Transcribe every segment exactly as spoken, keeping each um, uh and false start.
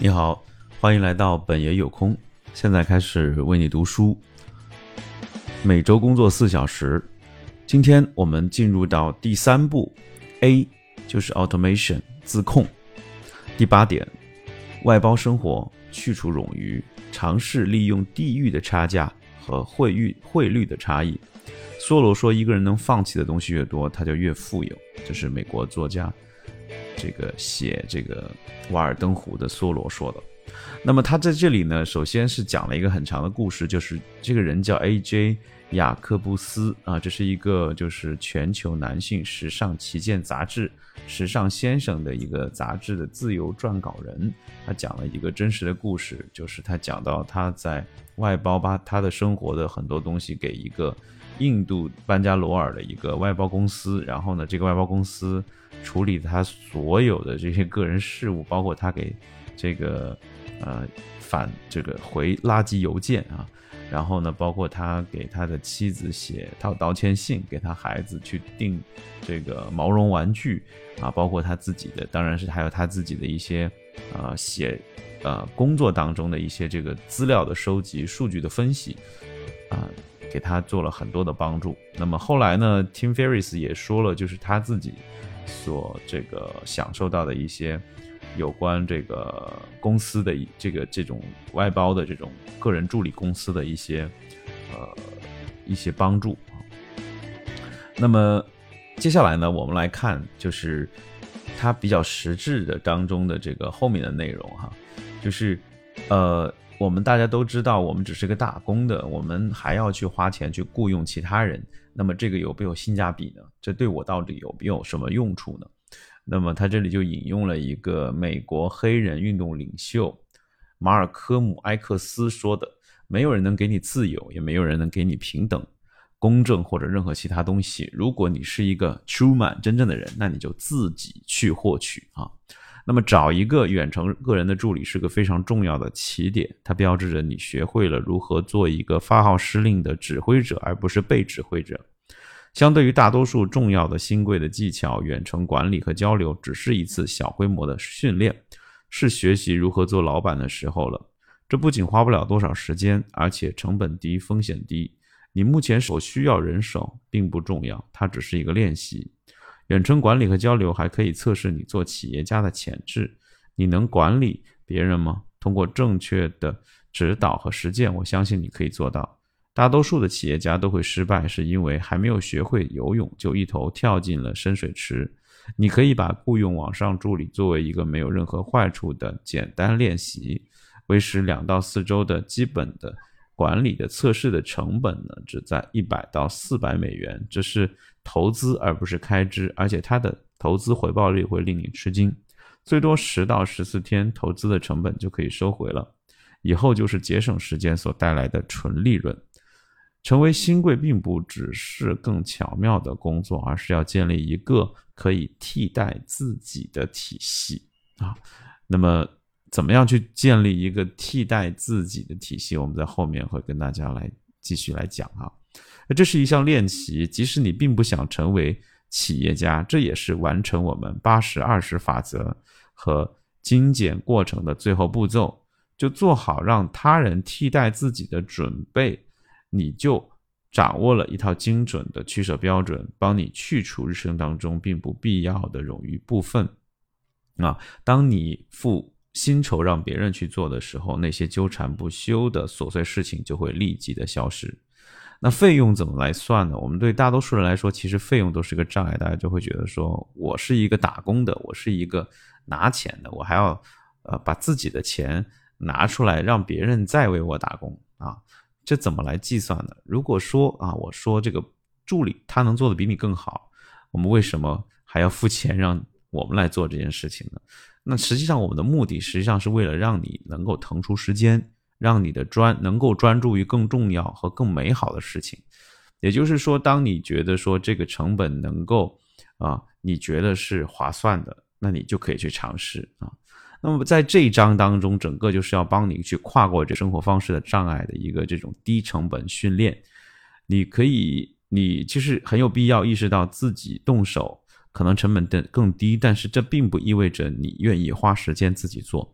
你好，欢迎来到本爷有空，现在开始为你读书，每周工作四小时。今天我们进入到第三步 A， 就是 automation 自控。第八点，外包生活去除冗余，尝试利用地域的差价和汇率汇率的差异。梭罗说，一个人能放弃的东西越多，他就越富有。这是美国作家这个写这个瓦尔登湖的梭罗说的。那么他在这里呢，首先是讲了一个很长的故事，就是这个人叫 A J 雅克布斯啊，这是一个就是全球男性时尚旗舰杂志时尚先生的一个杂志的自由撰稿人。他讲了一个真实的故事，就是他讲到他在外包把他的生活的很多东西给一个印度班加罗尔的一个外包公司，然后呢这个外包公司处理他所有的这些个人事务，包括他给这个呃返这个回垃圾邮件啊，然后呢包括他给他的妻子写套道歉信，给他孩子去订这个毛绒玩具啊，包括他自己的，当然是还有他自己的一些呃写呃工作当中的一些这个资料的收集、数据的分析啊，给他做了很多的帮助。那么后来呢 Tim Ferriss 也说了，就是他自己所这个享受到的一些有关这个公司的这个这种外包的这种个人助理公司的一些呃一些帮助。那么接下来呢，我们来看就是它比较实质的当中的这个后面的内容哈，就是呃我们大家都知道，我们只是个打工的，我们还要去花钱去雇佣其他人，那么这个有没有性价比呢？这对我到底有没有什么用处呢？那么他这里就引用了一个美国黑人运动领袖马尔科姆·埃克斯说的，没有人能给你自由，也没有人能给你平等、公正或者任何其他东西。如果你是一个 true man 真正的人，那你就自己去获取啊。那么找一个远程个人的助理是个非常重要的起点，它标志着你学会了如何做一个发号施令的指挥者，而不是被指挥者。相对于大多数重要的新贵的技巧，远程管理和交流只是一次小规模的训练，是学习如何做老板的时候了。这不仅花不了多少时间，而且成本低，风险低。你目前所需要人手并不重要，它只是一个练习。远程管理和交流还可以测试你做企业家的潜质。你能管理别人吗？通过正确的指导和实践，我相信你可以做到。大多数的企业家都会失败，是因为还没有学会游泳就一头跳进了深水池。你可以把雇佣网上助理作为一个没有任何坏处的简单练习，为时两到四周的基本的管理的测试的成本呢，只在一百到四百美元，这是投资而不是开支，而且它的投资回报率会令你吃惊，最多十到十四天投资的成本就可以收回了，以后就是节省时间所带来的纯利润。成为新贵并不只是更巧妙的工作，而是要建立一个可以替代自己的体系啊。那么怎么样去建立一个替代自己的体系，我们在后面会跟大家来继续来讲啊。这是一项练习，即使你并不想成为企业家，这也是完成我们八十二十法则和精简过程的最后步骤。就做好让他人替代自己的准备，你就掌握了一套精准的取舍标准，帮你去除日程当中并不必要的冗余部分啊。当你付薪酬让别人去做的时候，那些纠缠不休的琐碎事情就会立即的消失。那费用怎么来算呢？我们对大多数人来说，其实费用都是个障碍，大家就会觉得说，我是一个打工的，我是一个拿钱的，我还要呃把自己的钱拿出来让别人再为我打工啊。这怎么来计算呢？如果说啊，我说这个助理他能做的比你更好，我们为什么还要付钱让我们来做这件事情呢？那实际上我们的目的实际上是为了让你能够腾出时间，让你的专能够专注于更重要和更美好的事情。也就是说，当你觉得说这个成本能够啊，你觉得是划算的，那你就可以去尝试啊。那么在这一章当中，整个就是要帮你去跨过这生活方式的障碍的一个这种低成本训练。你可以，你其实很有必要意识到自己动手可能成本更低，但是这并不意味着你愿意花时间自己做。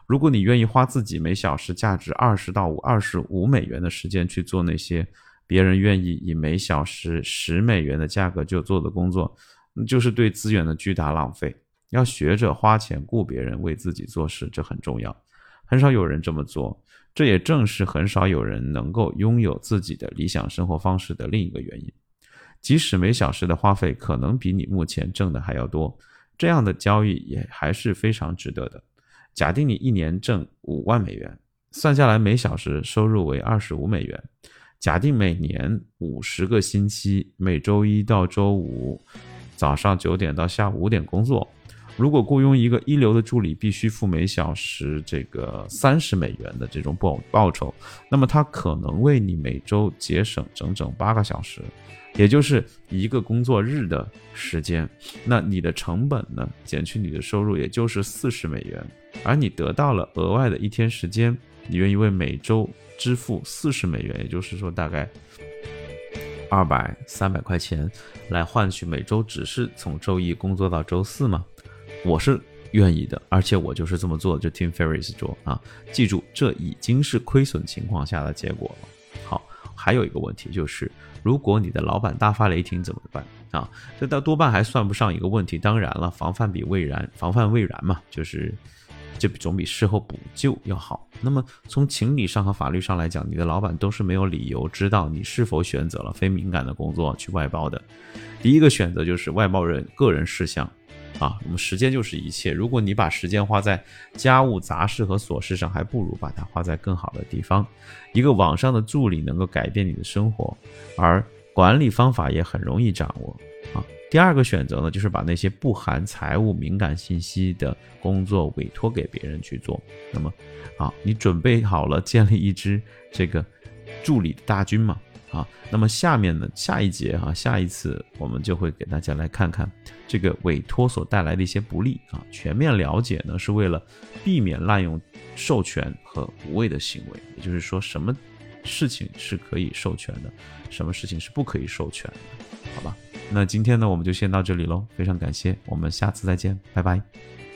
如果你愿意花自己每小时价值二十到二十五美元的时间去做那些别人愿意以每小时十美元的价格就做的工作，就是对资源的巨大浪费。要学着花钱雇别人为自己做事，这很重要。很少有人这么做，这也正是很少有人能够拥有自己的理想生活方式的另一个原因。即使每小时的花费可能比你目前挣的还要多，这样的交易也还是非常值得的。假定你一年挣五万美元，算下来每小时收入为二十五美元。假定每年五十个星期，每周一到周五早上九点到下午五点工作，如果雇佣一个一流的助理必须付每小时这个三十美元的这种报酬，那么他可能为你每周节省整整八个小时，也就是一个工作日的时间。那你的成本呢，减去你的收入也就是四十美元，而你得到了额外的一天时间，你愿意为每周支付四十美元，也就是说大概二百、三百块钱来换取每周只是从周一工作到周四吗？我是愿意的，而且我就是这么做的，就 Tim Ferriss 说啊，记住这已经是亏损情况下的结果了。好，还有一个问题就是，如果你的老板大发雷霆怎么办啊？这多半还算不上一个问题。当然了，防范比未然，防范未然嘛，就是这总比事后补救要好。那么从情理上和法律上来讲，你的老板都是没有理由知道你是否选择了非敏感的工作去外包的。第一个选择就是外包人个人事项啊，我们时间就是一切。如果你把时间花在家务杂事和琐事上，还不如把它花在更好的地方。一个网上的助理能够改变你的生活，而管理方法也很容易掌握啊。第二个选择呢，就是把那些不含财务敏感信息的工作委托给别人去做。那么啊，你准备好了建立一支这个助理的大军吗？啊，那么下面呢，下一节啊，下一次我们就会给大家来看看这个委托所带来的一些不利啊。全面了解呢，是为了避免滥用授权和无谓的行为，也就是说，什么事情是可以授权的，什么事情是不可以授权的，好吧？那今天呢，我们就先到这里喽，非常感谢，我们下次再见，拜拜。